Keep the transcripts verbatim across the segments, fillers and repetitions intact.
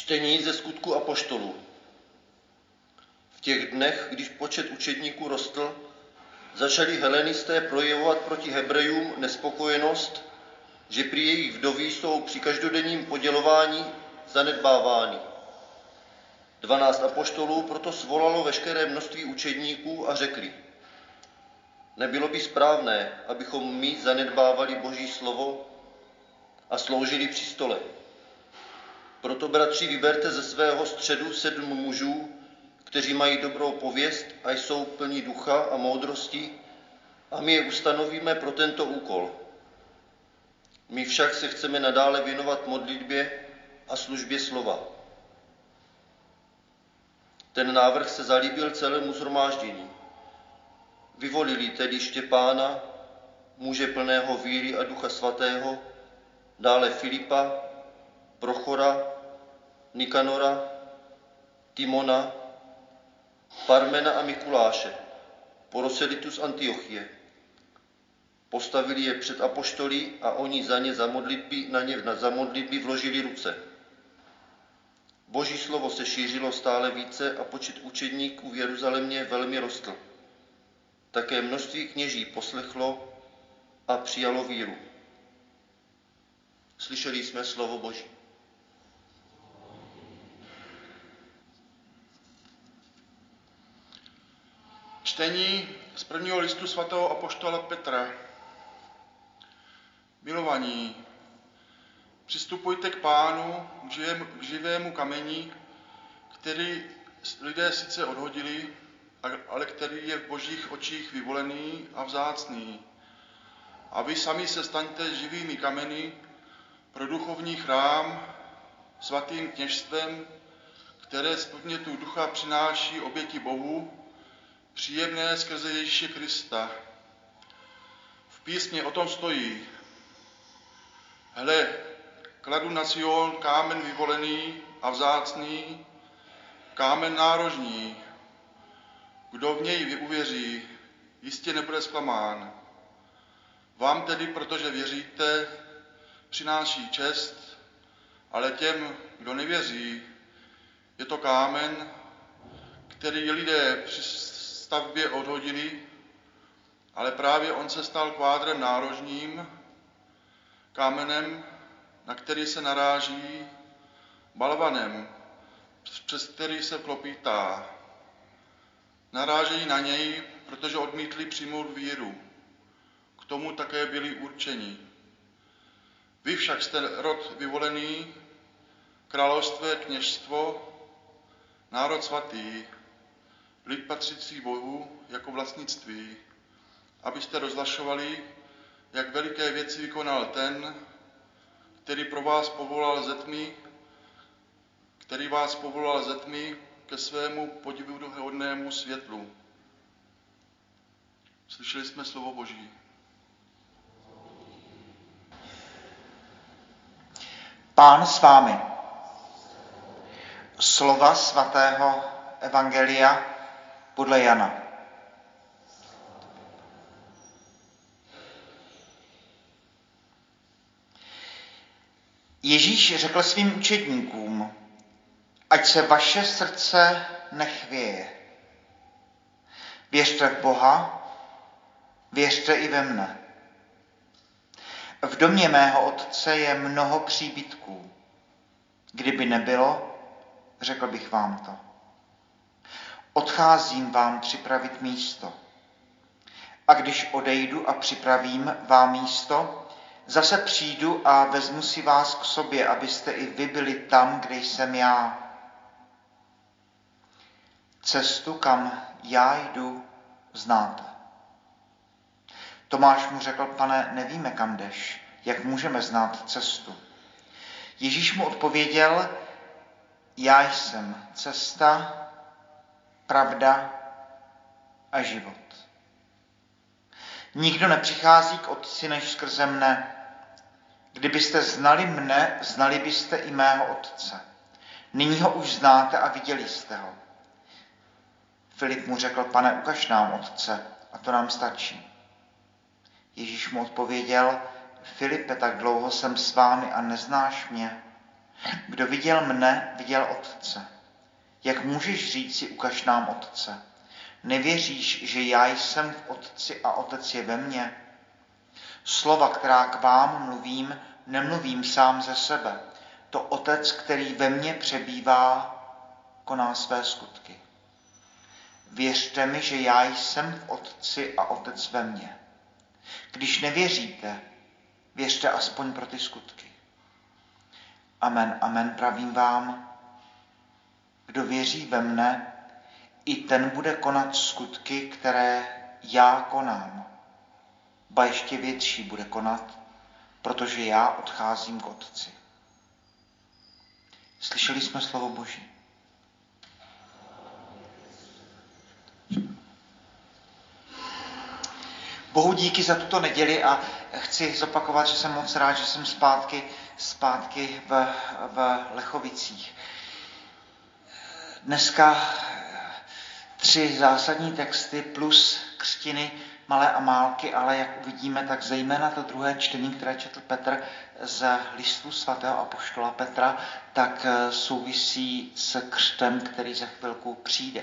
Čtení ze Skutku apoštolů. V těch dnech, když počet učedníků rostl, začali helenisté projevovat proti Hebrejům nespokojenost, že prý jejich vdovy jsou při každodenním podělování zanedbávány. Dvanáct apoštolů proto svolalo veškeré množství učedníků a řekli: Nebylo by správné, abychom my zanedbávali Boží slovo a sloužili při stole. Proto, bratři, vyberte ze svého středu sedm mužů, kteří mají dobrou pověst a jsou plní ducha a moudrosti, a my je ustanovíme pro tento úkol. My však se chceme nadále věnovat modlitbě a službě slova. Ten návrh se zalíbil celému shromáždění. Vyvolili tedy Štěpána, muže plného víry a ducha svatého, dále Filipa, Prochora, Nikanora, Timona, Parmena a Mikuláše, poroselitu z Antiochie. Postavili je před apoštoly a oni za ně za modlitby, na ně za modlitby vložili ruce. Boží slovo se šířilo stále více a počet učedníků v Jeruzalémě velmi rostl. Také množství kněží poslechlo a přijalo víru. Slyšeli jsme slovo Boží. Čtení z prvního listu svatého apoštola Petra. Milovaní, přistupujte k Pánu, k živému, k živému kameni, který lidé sice odhodili, ale který je v Božích očích vyvolený a vzácný. A vy sami se staňte živými kameny pro duchovní chrám, svatým kněžstvem, které z podnětu ducha přináší oběti Bohu, příjemné skrze Ježíše Krista. V písni o tom stojí: Hle, kladu na Sion kámen vyvolený a vzácný, kámen nárožní. Kdo v něj uvěří, jistě nebude zklamán. Vám tedy, protože věříte, přináší čest, ale těm, kdo nevěří, je to kámen, který lidé při stavbě odhodili, ale právě on se stal kvádrem nárožním, kámenem, na který se naráží, balvanem, přes který se klopítá. Narážejí na něj, protože odmítli přijmout víru. K tomu také byli určeni. Vy však jste rod vyvolený, království, kněžstvo, národ svatý, lid patřící Bohu jako vlastnictví, abyste rozhlašovali, jak veliké věci vykonal ten, který pro vás povolal ze tmy, který vás povolal ze tmy ke svému podivuhodnému světlu. Slyšeli jsme slovo Boží. Pán s vámi. Slova svatého evangelia podle Jana. Ježíš řekl svým učedníkům: Ať se vaše srdce nechvěje. Věřte v Boha, věřte i ve mne. V domě mého otce je mnoho příbytků. Kdyby nebylo, řekl bych vám to. Odcházím vám připravit místo. A když odejdu a připravím vám místo, zase přijdu a vezmu si vás k sobě, abyste i vy byli tam, kde jsem já. Cestu, kam já jdu, znáte. Tomáš mu řekl: Pane, nevíme, kam jdeš, jak můžeme znát cestu? Ježíš mu odpověděl: Já jsem cesta, pravda a život. Nikdo nepřichází k Otci než skrze mne. Kdybyste znali mne, znali byste i mého Otce. Nyní ho už znáte a viděli jste ho. Filip mu řekl: Pane, ukaž nám Otce, a to nám stačí. Ježíš mu odpověděl: Filipe, tak dlouho jsem s vámi a neznáš mě. Kdo viděl mne, viděl Otce. Jak můžeš říci, ukaž nám Otce? Nevěříš, že já jsem v Otci a Otec je ve mně? Slova, která k vám mluvím, nemluvím sám ze sebe. To Otec, který ve mně přebývá, koná své skutky. Věřte mi, že já jsem v Otci a Otec ve mně. Když nevěříte, věřte aspoň pro ty skutky. Amen, amen, pravím vám, kdo věří ve mne, i ten bude konat skutky, které já konám. Ba ještě větší bude konat, protože já odcházím k Otci. Slyšeli jsme slovo Boží. Bohu díky za tuto neděli a chci zopakovat, že jsem moc rád, že jsem zpátky, zpátky v, v Lechovicích. Dneska tři zásadní texty plus křtiny Malé Amálky, ale jak uvidíme, tak zejména to druhé čtení, které četl Petr z listu svatého apoštola Petra, tak souvisí s křtem, který za chvilku přijde.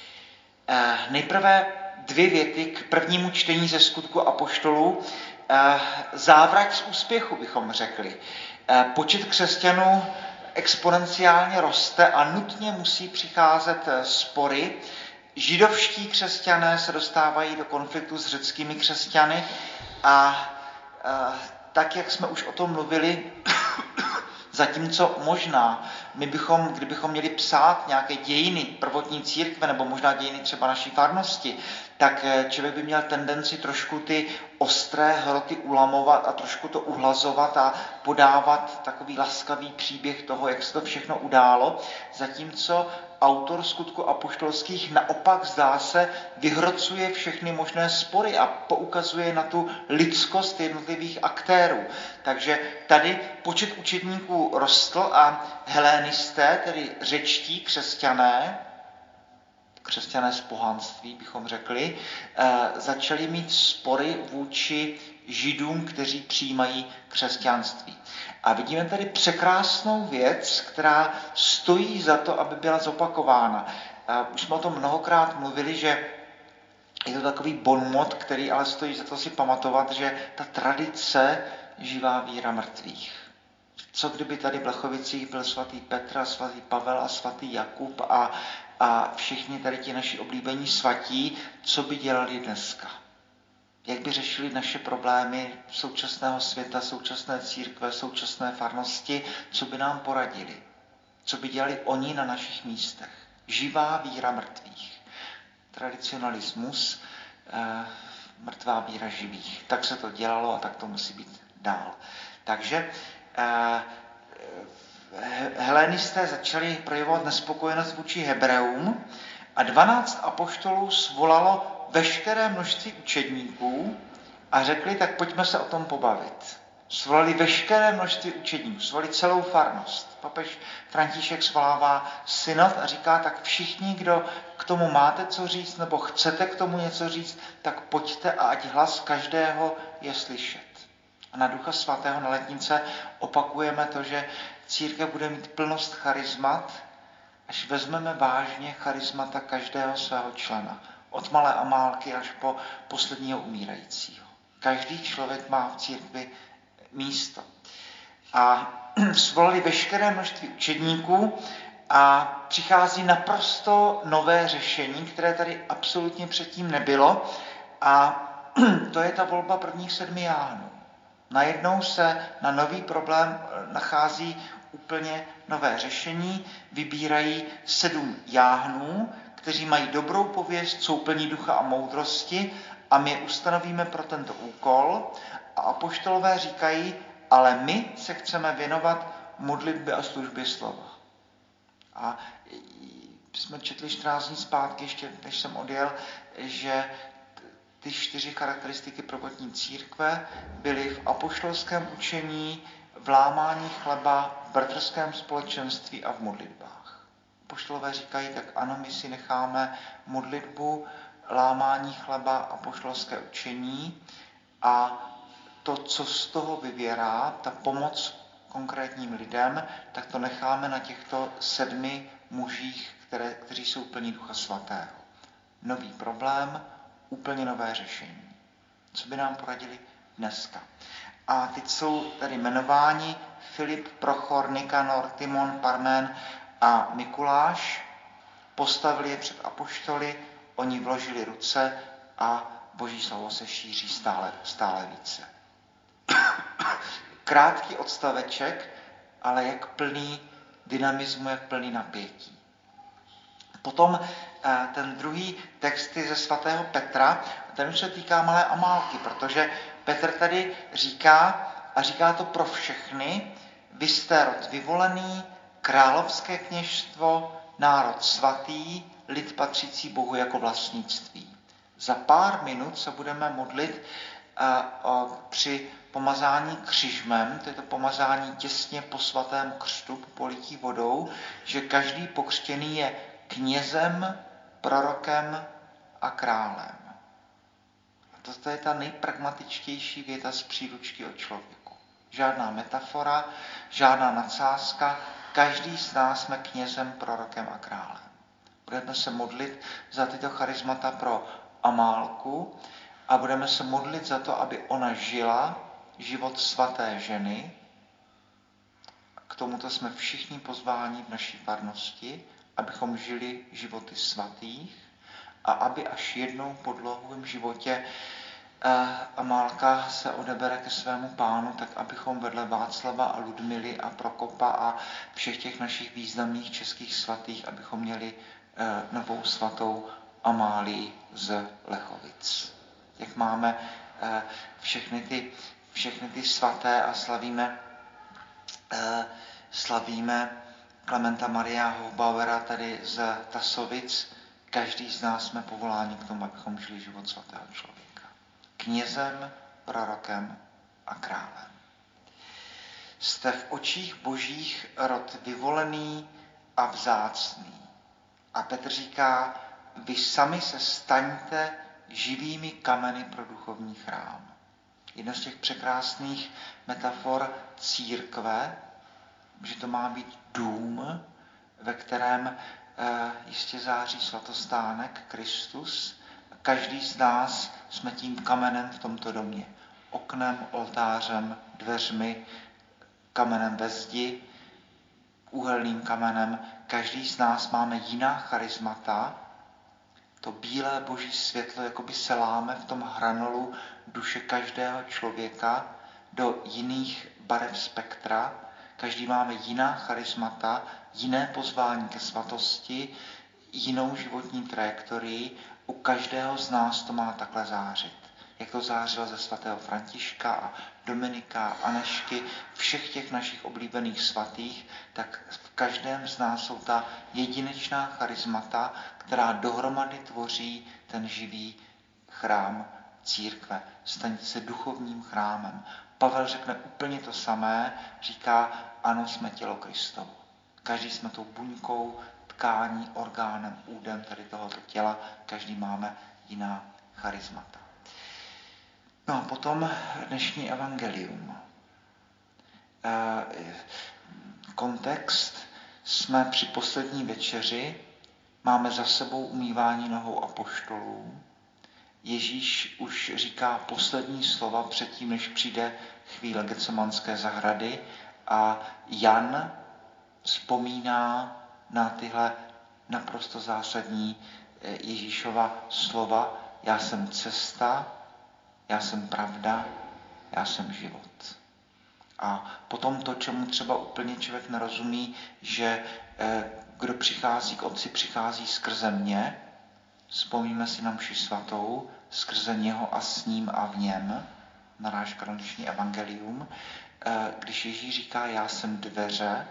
Nejprve dvě věty k prvnímu čtení ze Skutku apoštolů. Závrať z úspěchu, bychom řekli. Počet křesťanů exponenciálně roste a nutně musí přicházet spory. Židovští křesťané se dostávají do konfliktu s řeckými křesťany a, a tak, jak jsme už o tom mluvili, zatímco možná my bychom, kdybychom měli psát nějaké dějiny prvotní církve nebo možná dějiny třeba naší farnosti, tak člověk by měl tendenci trošku ty ostré hroty ulamovat a trošku to uhlazovat a podávat takový laskavý příběh toho, jak se to všechno událo, zatímco autor Skutku apoštolských naopak, zdá se, vyhrocuje všechny možné spory a poukazuje na tu lidskost jednotlivých aktérů. Takže tady počet učedníků rostl a helénisté, tedy řečtí křesťané, křesťané z pohanství, bychom řekli, začali mít spory vůči Židům, kteří přijímají křesťanství. A vidíme tady překrásnou věc, která stojí za to, aby byla zopakována. Už jsme o tom mnohokrát mluvili, že je to takový bonmot, který ale stojí za to si pamatovat, že ta tradice živá víra mrtvých. Co kdyby tady v Lechovicích byl svatý Petr, svatý Pavel a svatý Jakub a, a všichni tady ti naši oblíbení svatí, co by dělali dneska? Jak by řešili naše problémy současného světa, současné církve, současné farnosti, co by nám poradili? Co by dělali oni na našich místech? Živá víra mrtvých. Tradicionalismus, eh, mrtvá víra živých. Tak se to dělalo a tak to musí být dál. Takže eh, helenisté začali projevovat nespokojenost vůči Hebreům a dvanáct apoštolů svolalo veškeré množství učedníků a řekli, tak pojďme se o tom pobavit. Svolali veškeré množství učedníků, svolali celou farnost. Papež František svolává synod a říká, tak všichni, kdo k tomu máte co říct, nebo chcete k tomu něco říct, tak pojďte a ať hlas každého je slyšet. A na Ducha Svatého na letnice opakujeme to, že církev bude mít plnost charizmat, až vezmeme vážně charizmata každého svého člena. Od malé Amálky až po posledního umírajícího. Každý člověk má v církvi místo. A svolali veškeré množství učedníků a přichází naprosto nové řešení, které tady absolutně předtím nebylo. A to je ta volba prvních sedmi jáhnů. Najednou se na nový problém nachází úplně nové řešení. Vybírají sedm jáhnů, kteří mají dobrou pověst, jsou plní ducha a moudrosti a my je ustanovíme pro tento úkol. A apoštolové říkají, ale my se chceme věnovat modlitbě a službě slova. A jsme četli čtrnáct dní zpátky, ještě než jsem odjel, že ty čtyři charakteristiky prvotní církve byly v apoštolském učení, v lámání chleba, v bratrském společenství a v modlitbách. Apoštolové říkají, tak ano, my si necháme modlitbu, lámání chleba, apoštolské učení a to, co z toho vyvěrá, ta pomoc konkrétním lidem, tak to necháme na těchto sedmi mužích, které, kteří jsou plní Ducha Svatého. Nový problém, úplně nové řešení. Co by nám poradili dneska? A teď jsou tady jmenováni Filip, Prochor, Nikanor, Timon, Parmen a Mikuláš. Postavili je před apoštoly, oni vložili ruce a Boží slovo se šíří stále, stále více. Krátký odstaveček, ale jak plný dynamismu, jak plný napětí. Potom ten druhý text je ze svatého Petra, ten už se týká malé Amálky, protože Petr tady říká, a říká to pro všechny, vy jste rod vyvolený, královské kněžstvo, národ svatý, lid patřící Bohu jako vlastnictví. Za pár minut se budeme modlit a, a, při pomazání křižmem, to je to pomazání těsně po svatém křtu, po polití vodou, že každý pokřtěný je knězem, prorokem a králem. A to je ta nejpragmatičtější věta z příručky o člověku. Žádná metafora, žádná nadsázka, každý z nás jsme knězem, prorokem a králem. Budeme se modlit za tyto charismata pro Amálku a budeme se modlit za to, aby ona žila život svaté ženy. K tomuto jsme všichni pozváni v naší farnosti, abychom žili životy svatých a aby až jednou po dlouhém životě Amálka se odebere ke svému pánu, tak abychom vedle Václava a Ludmily a Prokopa a všech těch našich významných českých svatých, abychom měli novou svatou Amálii z Lechovic. Jak máme všechny ty, všechny ty svaté a slavíme, slavíme Klementa Maria Hofbauera tady z Tasovic, každý z nás jsme povoláni k tomu, abychom žili život svatého člověka. Knězem, prorokem a králem. Jste v očích božích rod vyvolený a vzácný. A Petr říká, vy sami se staňte živými kameny pro duchovní chrám. Jedna z těch překrásných metafor církve, že to má být dům, ve kterém eh, jistě září svatostánek Kristus. Každý z nás jsme tím kamenem v tomto domě. Oknem, oltářem, dveřmi, kamenem ve zdi, úhelným kamenem. Každý z nás máme jiná charismata. To bílé boží světlo jakoby se láme v tom hranolu duše každého člověka do jiných barev spektra. Každý máme jiná charismata, jiné pozvání ke svatosti, jinou životní trajektorii. U každého z nás to má takhle zářit. Jak to zářilo ze svatého Františka a Dominika, Anešky, všech těch našich oblíbených svatých, tak v každém z nás jsou ta jedinečná charismata, která dohromady tvoří ten živý chrám církve. Staňte se duchovním chrámem. Pavel řekne úplně to samé, říká, ano, jsme tělo Kristovo. Každý jsme tou buňkou, tkání, orgánem, údem tady tohoto těla, každý máme jiná charismata. No a potom dnešní evangelium. E, kontext, jsme při poslední večeři, máme za sebou umývání nohou apoštolů. Ježíš už říká poslední slova předtím, než přijde chvíle Getsemanské zahrady a Jan vzpomíná na tyhle naprosto zásadní Ježíšova slova. Já jsem cesta, já jsem pravda, já jsem život. A potom to, čemu třeba úplně člověk nerozumí, že kdo přichází k Otci, přichází skrze mě. Vzpomíme si na mši svatou, skrze něho a s ním a v něm, narážka na dnešní evangelium. Když Ježíš říká, já jsem dveře,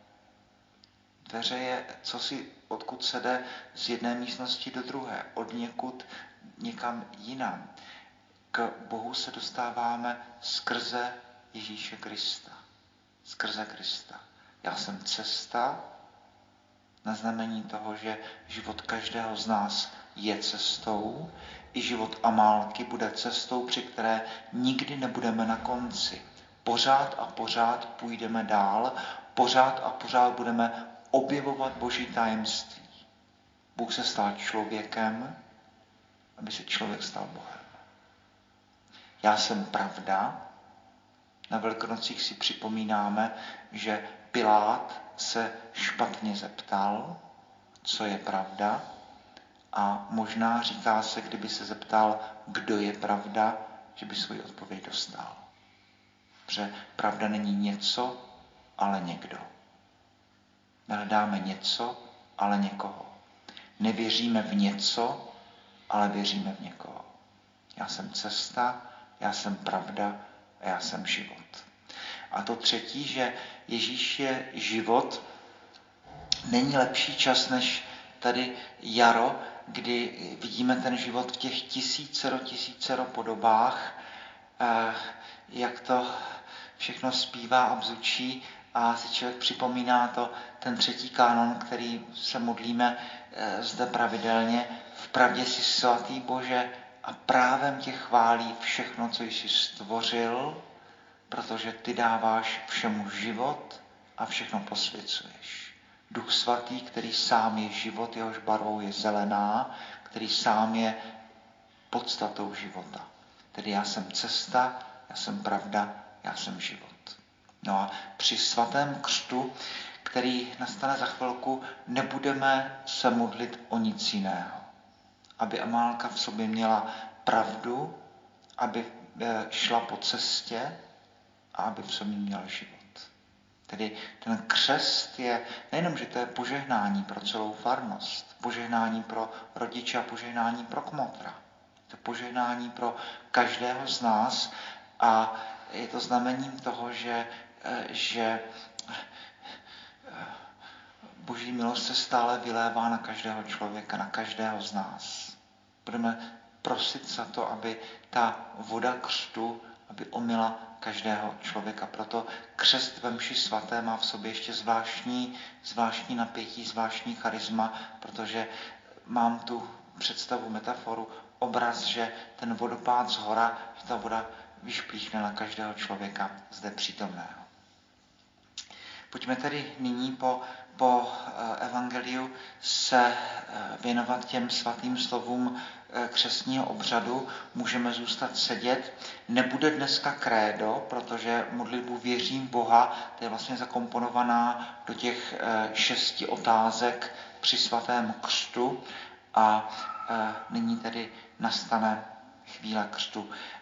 dveře je cosi, odkud se jde z jedné místnosti do druhé, od někud někam jinam. K Bohu se dostáváme skrze Ježíše Krista. Skrze Krista. Já jsem cesta, na znamení toho, že život každého z nás je cestou, i život Amálky bude cestou, při které nikdy nebudeme na konci. pořád a pořád půjdeme dál, pořád a pořád budeme objevovat Boží tajemství. Bůh se stal člověkem, aby se člověk stal Bohem. Já jsem pravda. Na Velikonocích si připomínáme, že Pilát se špatně zeptal, co je pravda, a možná říká se, kdyby se zeptal, kdo je pravda, že by svou odpověď dostal. Protože pravda není něco, ale někdo. Nehledáme něco, ale někoho. Nevěříme v něco, ale věříme v někoho. Já jsem cesta, já jsem pravda a já jsem život. A to třetí, že Ježíš je život, není lepší čas než tady jaro, kdy vidíme ten život v těch tisícero, tisícero podobách, jak to všechno zpívá a bzučí, a si člověk připomíná to, ten třetí kánon, který se modlíme zde pravidelně. V pravdě jsi svatý Bože a právem tě chválí všechno, co jsi stvořil, protože ty dáváš všemu život a všechno posvěcuješ. Duch svatý, který sám je život, jehož barvou je zelená, který sám je podstatou života. Tedy já jsem cesta, já jsem pravda, já jsem život. No a při svatém křtu, který nastane za chvilku, nebudeme se modlit o nic jiného. Aby Amálka v sobě měla pravdu, aby šla po cestě a aby v sobě měla život. Tedy ten křest je nejenom, že to je požehnání pro celou farnost, požehnání pro rodiče a požehnání pro kmotra. To je požehnání pro každého z nás a je to znamením toho, že, že Boží milost se stále vylévá na každého člověka, na každého z nás. Budeme prosit za to, aby ta voda křtu, aby omyla každého člověka. Proto křest ve mši svaté má v sobě ještě zvláštní, zvláštní napětí, zvláštní charisma, protože mám tu představu, metaforu, obraz, že ten vodopád z hora, že ta voda vyšplíchne na každého člověka zde přítomného. Pojďme tedy nyní po, po evangeliu se věnovat těm svatým slovům křestního obřadu. Můžeme zůstat sedět. Nebude dneska krédo, protože modlitbu Věřím Boha, to je vlastně zakomponovaná do těch šesti otázek při svatém křtu a nyní tedy nastane chvíle křtu.